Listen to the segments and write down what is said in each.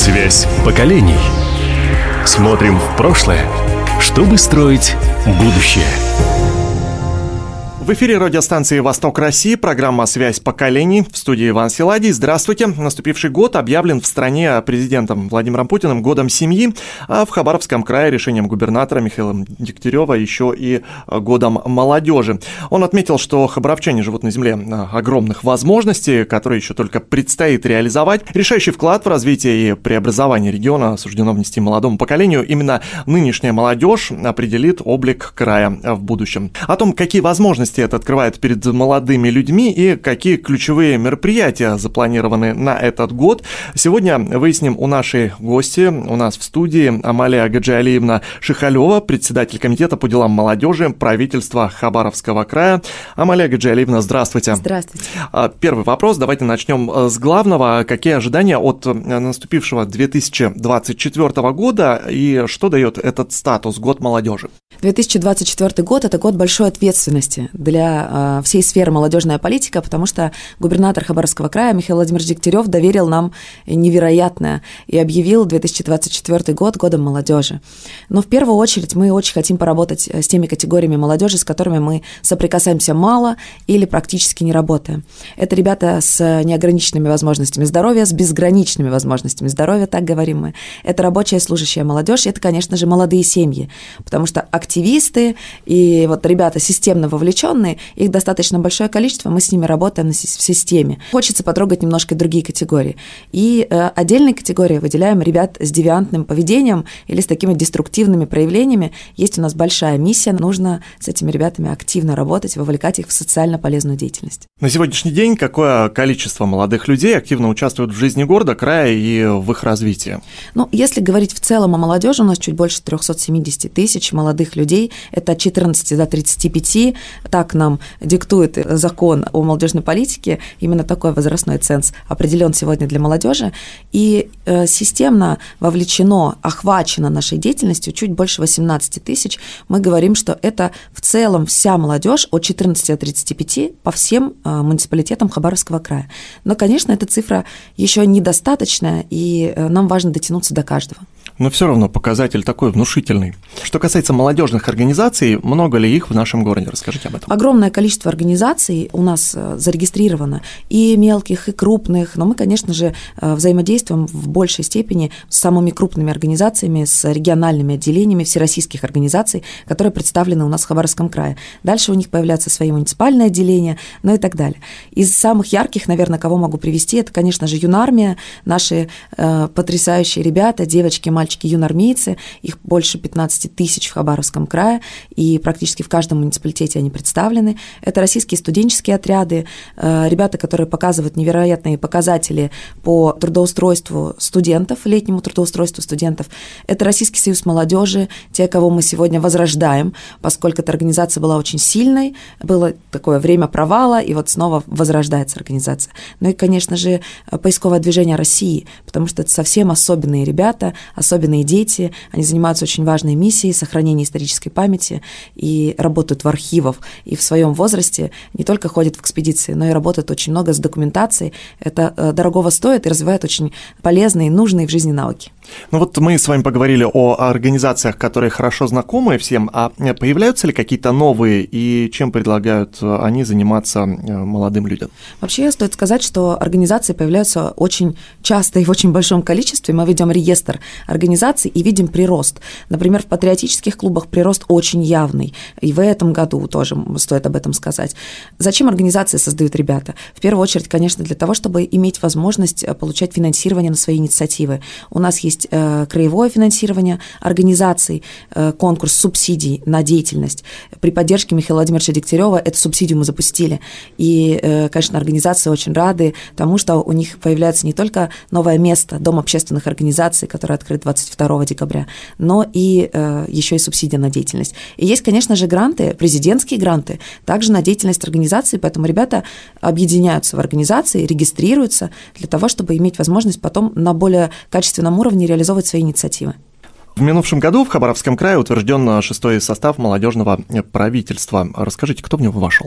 Связь поколений. Смотрим в прошлое, чтобы строить будущее. В эфире радиостанции «Восток России», программа «Связь поколений». В студии Иван Силадий. Здравствуйте. Наступивший год объявлен в стране президентом Владимиром Путиным годом семьи, а в Хабаровском крае решением губернатора Михаила Дегтярева еще и годом молодежи. Он отметил, что хабаровчане живут на земле огромных возможностей, которые еще только предстоит реализовать. Решающий вклад в развитие и преобразование региона суждено внести молодому поколению. Именно нынешняя молодежь определит облик края в будущем. О том, какие возможности это открывает перед молодыми людьми и какие ключевые мероприятия запланированы на этот год, сегодня выясним у нашей гости. У нас в студии Амалия Гаджиалиевна Шихалева, председатель комитета по делам молодежи правительства Хабаровского края. Амалия Гаджиалиевна, здравствуйте. Здравствуйте. Первый вопрос, давайте начнем с главного. Какие ожидания от наступившего 2024 года и что дает этот статус «Год молодежи»? 2024 год – это год большой ответственности для всей сферы молодежная политика, потому что губернатор Хабаровского края Михаил Владимирович Дегтярев доверил нам невероятное и объявил 2024 год годом молодежи. Но в первую очередь мы очень хотим поработать с теми категориями молодежи, с которыми мы соприкасаемся мало или практически не работаем. Это ребята с неограниченными возможностями здоровья, с безграничными возможностями здоровья, так говорим мы. Это рабочая и служащая молодежь, это, конечно же, молодые семьи, потому что активисты и вот ребята системно вовлеченные, их достаточно большое количество, мы с ними работаем в системе. Хочется потрогать немножко другие категории. И отдельные категории выделяем ребят с девиантным поведением или с такими деструктивными проявлениями. Есть у нас большая миссия, нужно с этими ребятами активно работать, вовлекать их в социально полезную деятельность. На сегодняшний день какое количество молодых людей активно участвуют в жизни города, края и в их развитии? Ну, если говорить в целом о молодежи, у нас чуть больше 370 тысяч молодых людей, это от 14 до 35, так нам диктует закон о молодежной политике, именно такой возрастной ценз определен сегодня для молодежи, и системно вовлечено, охвачено нашей деятельностью чуть больше 18 тысяч. Мы говорим, что это в целом вся молодежь от 14 до 35 по всем муниципалитетам Хабаровского края. Но, конечно, эта цифра еще недостаточная, и нам важно дотянуться до каждого. Но все равно показатель такой внушительный. Что касается молодежных организаций, много ли их в нашем городе? Расскажите об этом. Огромное количество организаций у нас зарегистрировано, и мелких, и крупных, но мы, конечно же, взаимодействуем в большей степени с самыми крупными организациями, с региональными отделениями всероссийских организаций, которые представлены у нас в Хабаровском крае. Дальше у них появляются свои муниципальные отделения, ну и так далее. Из самых ярких, наверное, кого могу привести, это, конечно же, юнармия, наши потрясающие ребята, девочки, мальчики, юнармейцы, их больше 15 тысяч в Хабаровском крае, и практически в каждом муниципалитете они представлены. Это российские студенческие отряды, ребята, которые показывают невероятные показатели по трудоустройству студентов, летнему трудоустройству студентов. Это Российский союз молодежи, те, кого мы сегодня возрождаем, поскольку эта организация была очень сильной, было такое время провала, и вот снова возрождается организация. Ну и, конечно же, поисковое движение России, потому что это совсем особенные ребята, особенные дети, они занимаются очень важной миссией сохранения исторической памяти и работают в архивах, и в своем возрасте не только ходят в экспедиции, но и работают очень много с документацией. Это дорогого стоит и развивает очень полезные и нужные в жизни навыки. Ну вот мы с вами поговорили о организациях, которые хорошо знакомы всем, а появляются ли какие-то новые и чем предлагают они заниматься молодым людям? Вообще стоит сказать, что организации появляются очень часто и в очень большом количестве. Мы ведем реестр организаций и видим прирост. Например, в патриотических клубах прирост очень явный, и в этом году тоже стоит об этом сказать. Зачем организации создают ребята? В первую очередь, конечно, для того, чтобы иметь возможность получать финансирование на свои инициативы. У нас есть краевое финансирование организаций, конкурс субсидий на деятельность. При поддержке Михаила Владимировича Дегтярева эту субсидию мы запустили. И, конечно, организации очень рады тому, что у них появляется не только новое место, Дом общественных организаций, который открыт 22 декабря, но и еще и субсидия на деятельность. И есть, конечно же, гранты, президентские гранты, также на деятельность организации, поэтому ребята объединяются в организации, регистрируются для того, чтобы иметь возможность потом на более качественном уровне реализовывать свои инициативы. В минувшем году в Хабаровском крае утвержден 6-й состав молодежного правительства. Расскажите, кто в него вошел?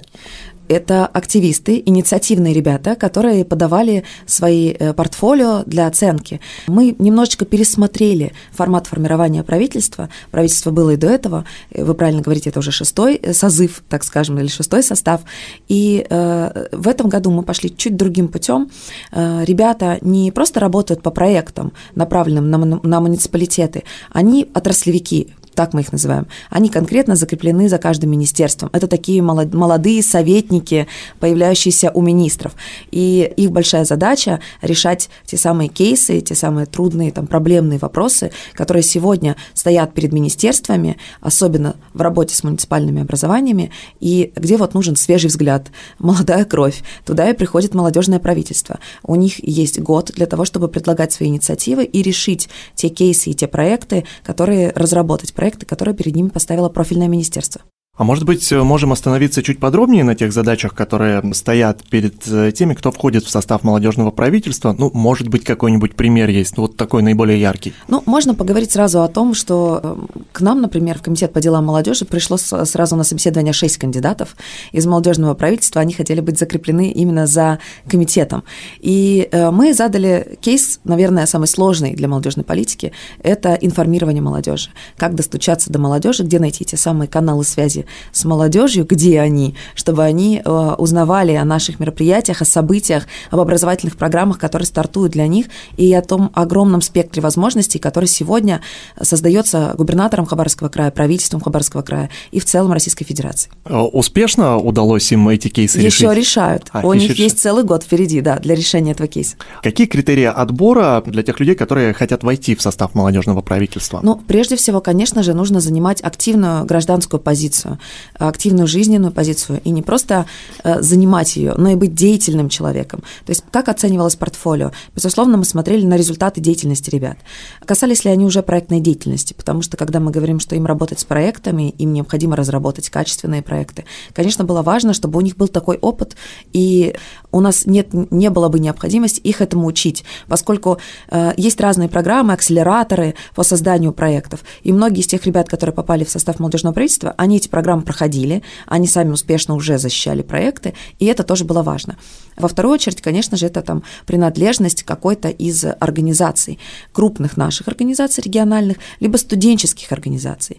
Это активисты, инициативные ребята, которые подавали свои портфолио для оценки. Мы немножечко пересмотрели формат формирования правительства. Правительство было и до этого, вы правильно говорите, это уже 6-й созыв, так скажем, или 6-й состав. И в этом году мы пошли чуть другим путем. Ребята не просто работают по проектам, направленным на муниципалитеты, они отраслевики, так мы их называем, они конкретно закреплены за каждым министерством. Это такие молодые советники, появляющиеся у министров. И их большая задача решать те самые кейсы, те самые трудные, проблемные вопросы, которые сегодня стоят перед министерствами, особенно в работе с муниципальными образованиями, и где нужен свежий взгляд, молодая кровь. Туда и приходит молодежное правительство. У них есть год для того, чтобы предлагать свои инициативы и решить те кейсы и те проекты, которые разработать, которые перед ними поставило профильное министерство. А может быть, можем остановиться чуть подробнее на тех задачах, которые стоят перед теми, кто входит в состав молодежного правительства? Может быть, какой-нибудь пример есть, такой наиболее яркий? Можно поговорить сразу о том, что к нам, например, в Комитет по делам молодежи пришло сразу на собеседование 6 кандидатов из молодежного правительства. Они хотели быть закреплены именно за комитетом. И мы задали кейс, наверное, самый сложный для молодежной политики – это информирование молодежи. Как достучаться до молодежи, где найти те самые каналы связи с молодежью, где они, чтобы они узнавали о наших мероприятиях, о событиях, об образовательных программах, которые стартуют для них, и о том огромном спектре возможностей, который сегодня создается губернатором Хабаровского края, правительством Хабаровского края и в целом Российской Федерации. Успешно удалось им эти кейсы решить? Еще решают. У них есть целый год впереди, для решения этого кейса. Какие критерии отбора для тех людей, которые хотят войти в состав молодежного правительства? Прежде всего, конечно же, нужно занимать активную гражданскую позицию, активную жизненную позицию, и не просто занимать ее, но и быть деятельным человеком. То есть как оценивалось портфолио? Безусловно, мы смотрели на результаты деятельности ребят. Касались ли они уже проектной деятельности? Потому что, когда мы говорим, что им работать с проектами, им необходимо разработать качественные проекты, конечно, было важно, чтобы у них был такой опыт, и у нас не было бы необходимости их этому учить, поскольку есть разные программы, акселераторы по созданию проектов, и многие из тех ребят, которые попали в состав молодежного правительства, они эти программы проходили, они сами успешно уже защищали проекты, и это тоже было важно. Во вторую очередь, конечно же, это принадлежность какой-то из организаций, крупных наших организаций региональных, либо студенческих организаций.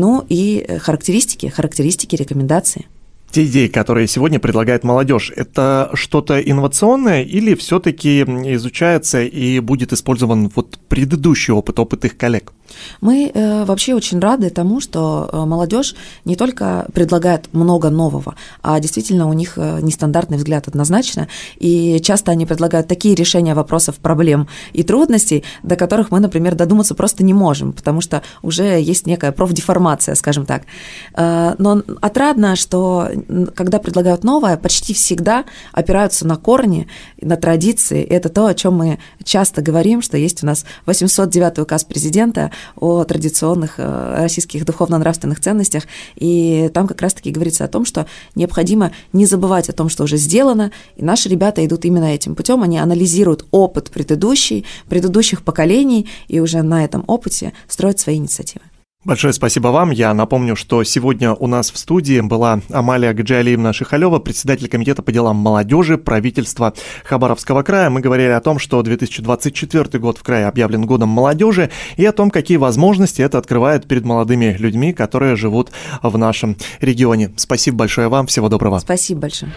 И характеристики, рекомендации. Те идеи, которые сегодня предлагает молодежь, это что-то инновационное или все-таки изучается и будет использован предыдущий опыт их коллег? Мы вообще очень рады тому, что молодежь не только предлагает много нового, а действительно у них нестандартный взгляд однозначно, и часто они предлагают такие решения вопросов, проблем и трудностей, до которых мы, например, додуматься просто не можем, потому что уже есть некая профдеформация, скажем так. Но отрадно, что когда предлагают новое, почти всегда опираются на корни, на традиции. Это то, о чем мы часто говорим, что есть у нас 809-й указ президента о традиционных российских духовно-нравственных ценностях, и там как раз-таки говорится о том, что необходимо не забывать о том, что уже сделано, и наши ребята идут именно этим путем, они анализируют опыт предыдущих поколений, и уже на этом опыте строят свои инициативы. Большое спасибо вам. Я напомню, что сегодня у нас в студии была Амалия Гаджиалиевна Шихалева, председатель комитета по делам молодежи правительства Хабаровского края. Мы говорили о том, что 2024 год в крае объявлен годом молодежи, и о том, какие возможности это открывает перед молодыми людьми, которые живут в нашем регионе. Спасибо большое вам. Всего доброго. Спасибо большое.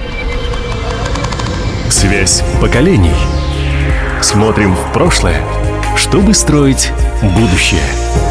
Связь поколений. Смотрим в прошлое, чтобы строить будущее.